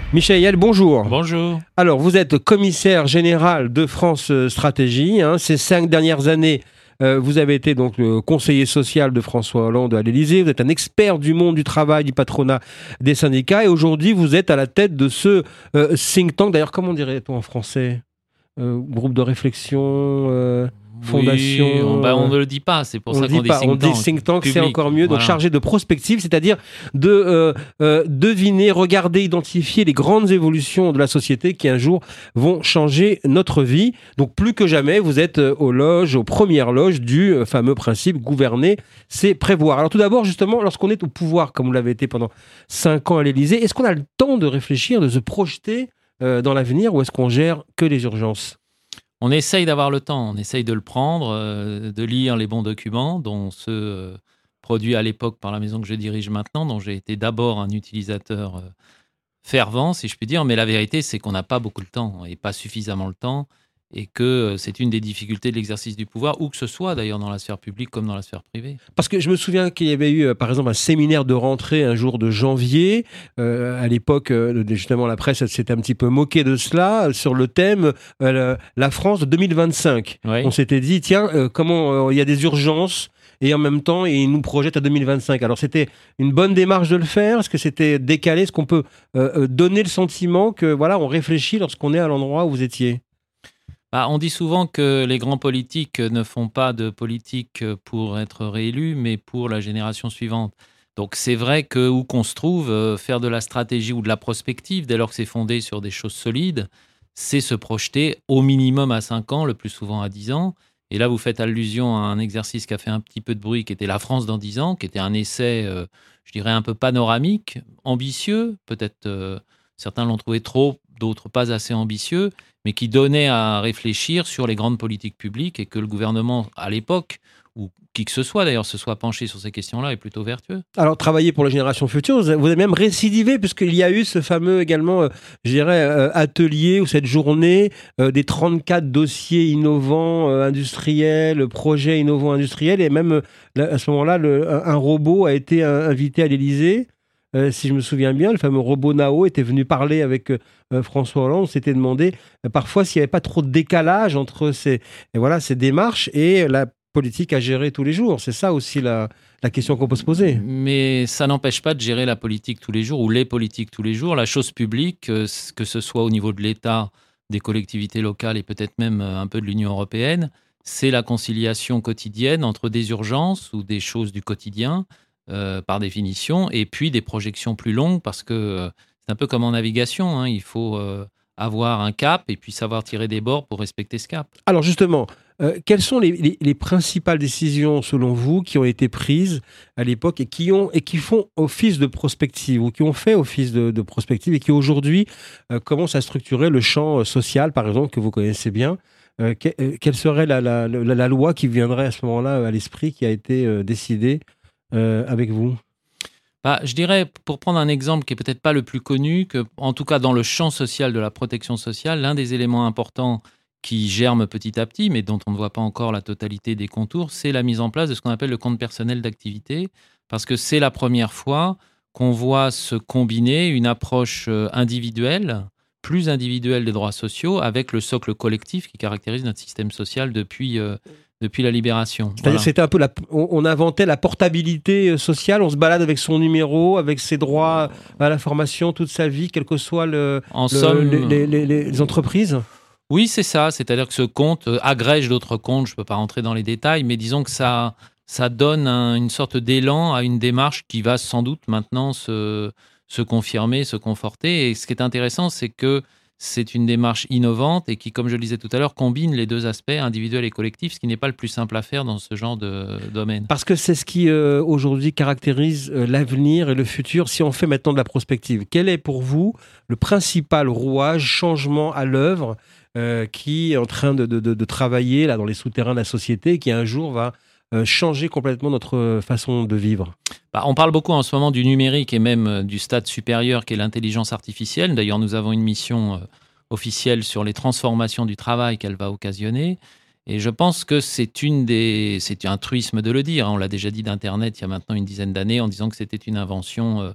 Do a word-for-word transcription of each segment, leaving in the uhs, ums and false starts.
Michel Yael, bonjour. Bonjour. Alors, vous êtes commissaire général de France Stratégie. Hein. Ces cinq dernières années, euh, vous avez été donc le conseiller social de François Hollande à l'Élysée. Vous êtes un expert du monde du travail, du patronat, des syndicats. Et aujourd'hui, vous êtes à la tête de ce euh, think tank. D'ailleurs, comment dirait-on en français euh, Groupe de réflexion euh... Fondation. Oui, on, bah, on ne le dit pas, c'est pour on ça qu'on dit pas, think on tank. dit think tank, public, c'est encore mieux. voilà. Donc chargé de prospective, c'est-à-dire de euh, euh, deviner, regarder, identifier les grandes évolutions de la société qui un jour vont changer notre vie. Donc plus que jamais, vous êtes aux loges, aux premières loges du fameux principe gouverner, c'est prévoir. Alors tout d'abord, justement, lorsqu'on est au pouvoir, comme vous l'avez été pendant cinq ans à l'Élysée, est-ce qu'on a le temps de réfléchir, de se projeter euh, dans l'avenir, ou est-ce qu'on gère que les urgences ? On essaye d'avoir le temps, on essaye de le prendre, euh, de lire les bons documents, dont ceux euh, produits à l'époque par la maison que je dirige maintenant, dont j'ai été d'abord un utilisateur euh, fervent, si je puis dire. Mais la vérité, c'est qu'on n'a pas beaucoup de temps, et pas suffisamment le temps, et que euh, c'est une des difficultés de l'exercice du pouvoir, où que ce soit d'ailleurs dans la sphère publique comme dans la sphère privée. Parce que je me souviens qu'il y avait eu, euh, par exemple, un séminaire de rentrée un jour de janvier. Euh, à l'époque, euh, justement, la presse s'était un petit peu moquée de cela, euh, sur le thème euh, la France de deux mille vingt-cinq. Oui. On s'était dit, tiens, euh, comment il euh, y a des urgences, et en même temps, ils nous projettent à deux mille vingt-cinq. Alors, c'était une bonne démarche de le faire. Est-ce que c'était décalé ? Est-ce qu'on peut euh, donner le sentiment que, voilà, on réfléchit lorsqu'on est à l'endroit où vous étiez ? Bah, on dit souvent que les grands politiques ne font pas de politique pour être réélus, mais pour la génération suivante. Donc c'est vrai que où qu'on se trouve, euh, faire de la stratégie ou de la prospective, dès lors que c'est fondé sur des choses solides, c'est se projeter au minimum à cinq ans, le plus souvent à dix ans. Et là, vous faites allusion à un exercice qui a fait un petit peu de bruit, qui était la France dans dix ans, qui était un essai, euh, je dirais, un peu panoramique, ambitieux, peut-être euh, certains l'ont trouvé trop, d'autres pas assez ambitieux, mais qui donnait à réfléchir sur les grandes politiques publiques et que le gouvernement, à l'époque, ou qui que ce soit d'ailleurs, se soit penché sur ces questions-là est plutôt vertueux. Alors, travailler pour les générations futures, vous avez même récidivé, puisqu'il y a eu ce fameux également, euh, je dirais, euh, atelier ou cette journée euh, des trente-quatre dossiers innovants euh, industriels, projets innovants industriels, et même euh, à ce moment-là, le, un, un robot a été euh, invité à l'Élysée. Euh, si je me souviens bien, le fameux robot Nao était venu parler avec euh, François Hollande. On s'était demandé euh, parfois s'il n'y avait pas trop de décalage entre ces, et voilà, ces démarches et la politique à gérer tous les jours. C'est ça aussi la, la question qu'on peut se poser. Mais ça n'empêche pas de gérer la politique tous les jours ou les politiques tous les jours. La chose publique, euh, que ce soit au niveau de l'État, des collectivités locales et peut-être même un peu de l'Union européenne, c'est la conciliation quotidienne entre des urgences ou des choses du quotidien, Euh, par définition, et puis des projections plus longues, parce que euh, c'est un peu comme en navigation, hein, il faut euh, avoir un cap et puis savoir tirer des bords pour respecter ce cap. Alors justement, euh, quelles sont les, les, les principales décisions, selon vous, qui ont été prises à l'époque et qui, ont, et qui font office de prospective, ou qui ont fait office de, de prospective, et qui aujourd'hui euh, commencent à structurer le champ social, par exemple, que vous connaissez bien. Euh, que, euh, quelle serait la, la, la, la loi qui viendrait à ce moment-là à l'esprit, qui a été euh, décidée Euh, avec vous? Bah, je dirais, pour prendre un exemple qui est peut-être pas le plus connu, que, en tout cas dans le champ social de la protection sociale, l'un des éléments importants qui germe petit à petit, mais dont on ne voit pas encore la totalité des contours, c'est la mise en place de ce qu'on appelle le compte personnel d'activité, parce que c'est la première fois qu'on voit se combiner une approche individuelle, plus individuelle des droits sociaux, avec le socle collectif qui caractérise notre système social depuis... Euh, depuis la libération. C'est-à-dire voilà. c'était un peu la, on, on inventait la portabilité sociale, on se balade avec son numéro, avec ses droits à la formation toute sa vie, quel que soit le, en le, somme, les, les, les, les entreprises. Oui, c'est ça, c'est-à-dire que ce compte agrège d'autres comptes, je ne peux pas rentrer dans les détails, mais disons que ça, ça donne un, une sorte d'élan à une démarche qui va sans doute maintenant se, se confirmer, se conforter. Et ce qui est intéressant, c'est que c'est une démarche innovante et qui, comme je le disais tout à l'heure, combine les deux aspects, individuel et collectif, ce qui n'est pas le plus simple à faire dans ce genre de domaine. Parce que c'est ce qui, euh, aujourd'hui, caractérise euh, l'avenir et le futur. Si on fait maintenant de la prospective, quel est pour vous le principal rouage, changement à l'œuvre euh, qui est en train de, de, de, de travailler là, dans les souterrains de la société, qui un jour va euh, changer complètement notre façon de vivre? Bah, on parle beaucoup en ce moment du numérique et même du stade supérieur qui est l'intelligence artificielle. D'ailleurs, nous avons une mission euh, officielle sur les transformations du travail qu'elle va occasionner. Et je pense que c'est une des, c'est un truisme de le dire. On l'a déjà dit d'Internet il y a maintenant une dizaine d'années en disant que c'était une invention euh,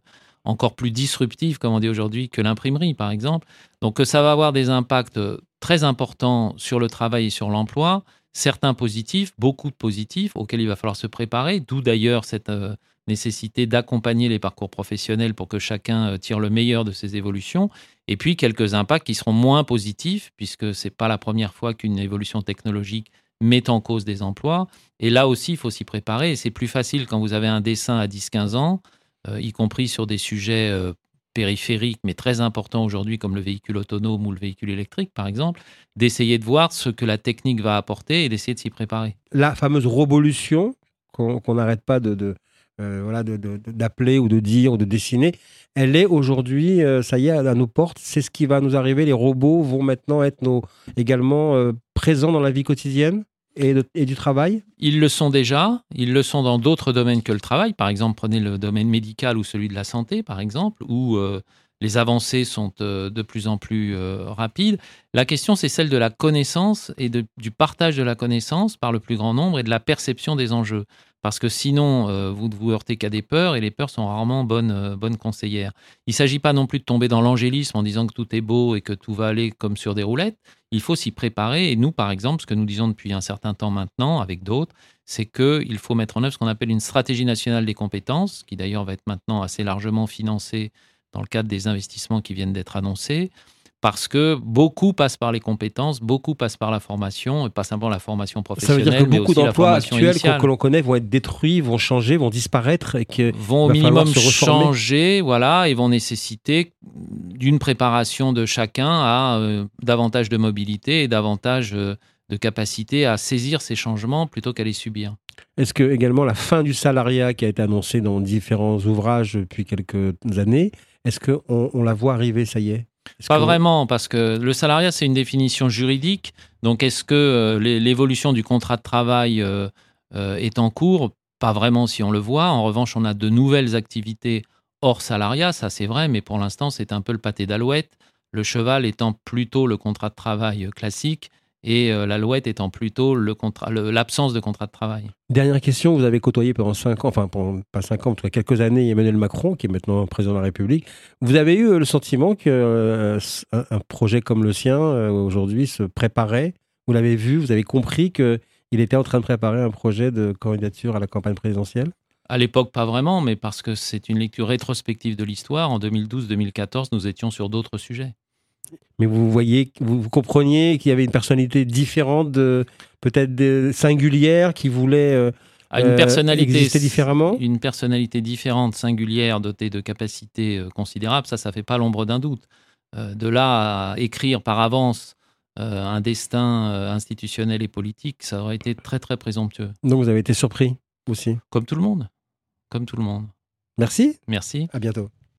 encore plus disruptives, comme on dit aujourd'hui, que l'imprimerie, par exemple. Donc ça va avoir des impacts très importants sur le travail et sur l'emploi, certains positifs, beaucoup de positifs, auxquels il va falloir se préparer, d'où d'ailleurs cette euh, nécessité d'accompagner les parcours professionnels pour que chacun euh, tire le meilleur de ces évolutions, et puis quelques impacts qui seront moins positifs, puisque ce n'est pas la première fois qu'une évolution technologique met en cause des emplois. Et là aussi, il faut s'y préparer. Et c'est plus facile quand vous avez un dessin à dix quinze ans, euh, y compris sur des sujets euh, périphériques, mais très importants aujourd'hui, comme le véhicule autonome ou le véhicule électrique, par exemple, d'essayer de voir ce que la technique va apporter et d'essayer de s'y préparer. La fameuse révolution qu'on qu'on n'arrête pas de, de, euh, voilà, de, de, d'appeler ou de dire ou de dessiner, elle est aujourd'hui, euh, ça y est, à nos portes. C'est ce qui va nous arriver. Les robots vont maintenant être nos, également euh, présents dans la vie quotidienne et, de, et du travail. Ils le sont déjà, ils le sont dans d'autres domaines que le travail. Par exemple, prenez le domaine médical ou celui de la santé, par exemple, où euh, les avancées sont euh, de plus en plus euh, rapides. La question, c'est celle de la connaissance et de, du partage de la connaissance par le plus grand nombre et de la perception des enjeux. Parce que sinon, euh, vous ne vous heurtez qu'à des peurs, et les peurs sont rarement bonnes, euh, bonnes conseillères. Il ne s'agit pas non plus de tomber dans l'angélisme en disant que tout est beau et que tout va aller comme sur des roulettes. Il faut s'y préparer. Et nous, par exemple, ce que nous disons depuis un certain temps maintenant, avec d'autres, c'est qu'il faut mettre en œuvre ce qu'on appelle une stratégie nationale des compétences, qui d'ailleurs va être maintenant assez largement financée dans le cadre des investissements qui viennent d'être annoncés, parce que beaucoup passent par les compétences, beaucoup passent par la formation, et pas simplement la formation professionnelle, ça veut dire que mais beaucoup aussi la d'emplois formation actuels initiale. que l'on connaît vont être détruits, vont changer, vont disparaître et que vont au va minimum falloir se reformer. changer, voilà, et vont nécessiter d'une préparation de chacun à euh, davantage de mobilité et davantage euh, de capacité à saisir ces changements plutôt qu'à les subir. Est-ce que également la fin du salariat qui a été annoncée dans différents ouvrages depuis quelques années, est-ce qu'on on la voit arriver, ça y est? Est-ce Pas que... vraiment, parce que le salariat, c'est une définition juridique. Donc, est-ce que euh, l'évolution du contrat de travail euh, euh, est en cours? Pas vraiment si on le voit. En revanche, on a de nouvelles activités hors salariat, ça c'est vrai, mais pour l'instant, c'est un peu le pâté d'alouette. Le cheval étant plutôt le contrat de travail classique et euh, l'alouette étant plutôt le contrat, le, l'absence de contrat de travail. Dernière question, vous avez côtoyé pendant cinq ans, enfin pendant, pas cinq ans, en tout cas quelques années, Emmanuel Macron, qui est maintenant président de la République. Vous avez eu le sentiment qu'un euh, un projet comme le sien, euh, aujourd'hui, se préparait? Vous l'avez vu, vous avez compris qu'il était en train de préparer un projet de candidature à la campagne présidentielle? À l'époque, pas vraiment, mais parce que c'est une lecture rétrospective de l'histoire. En deux mille douze deux mille quatorze, nous étions sur d'autres sujets. Mais vous voyez, vous, vous compreniez qu'il y avait une personnalité différente, de, peut-être de, singulière, qui voulait euh, à une personnalité, euh, exister différemment? Une personnalité différente, singulière, dotée de capacités euh, considérables, ça, ça fait pas l'ombre d'un doute. Euh, de là à écrire par avance euh, un destin euh, institutionnel et politique, ça aurait été très, très présomptueux. Donc vous avez été surpris aussi? Comme tout le monde. Comme tout le monde. Merci. Merci. À bientôt.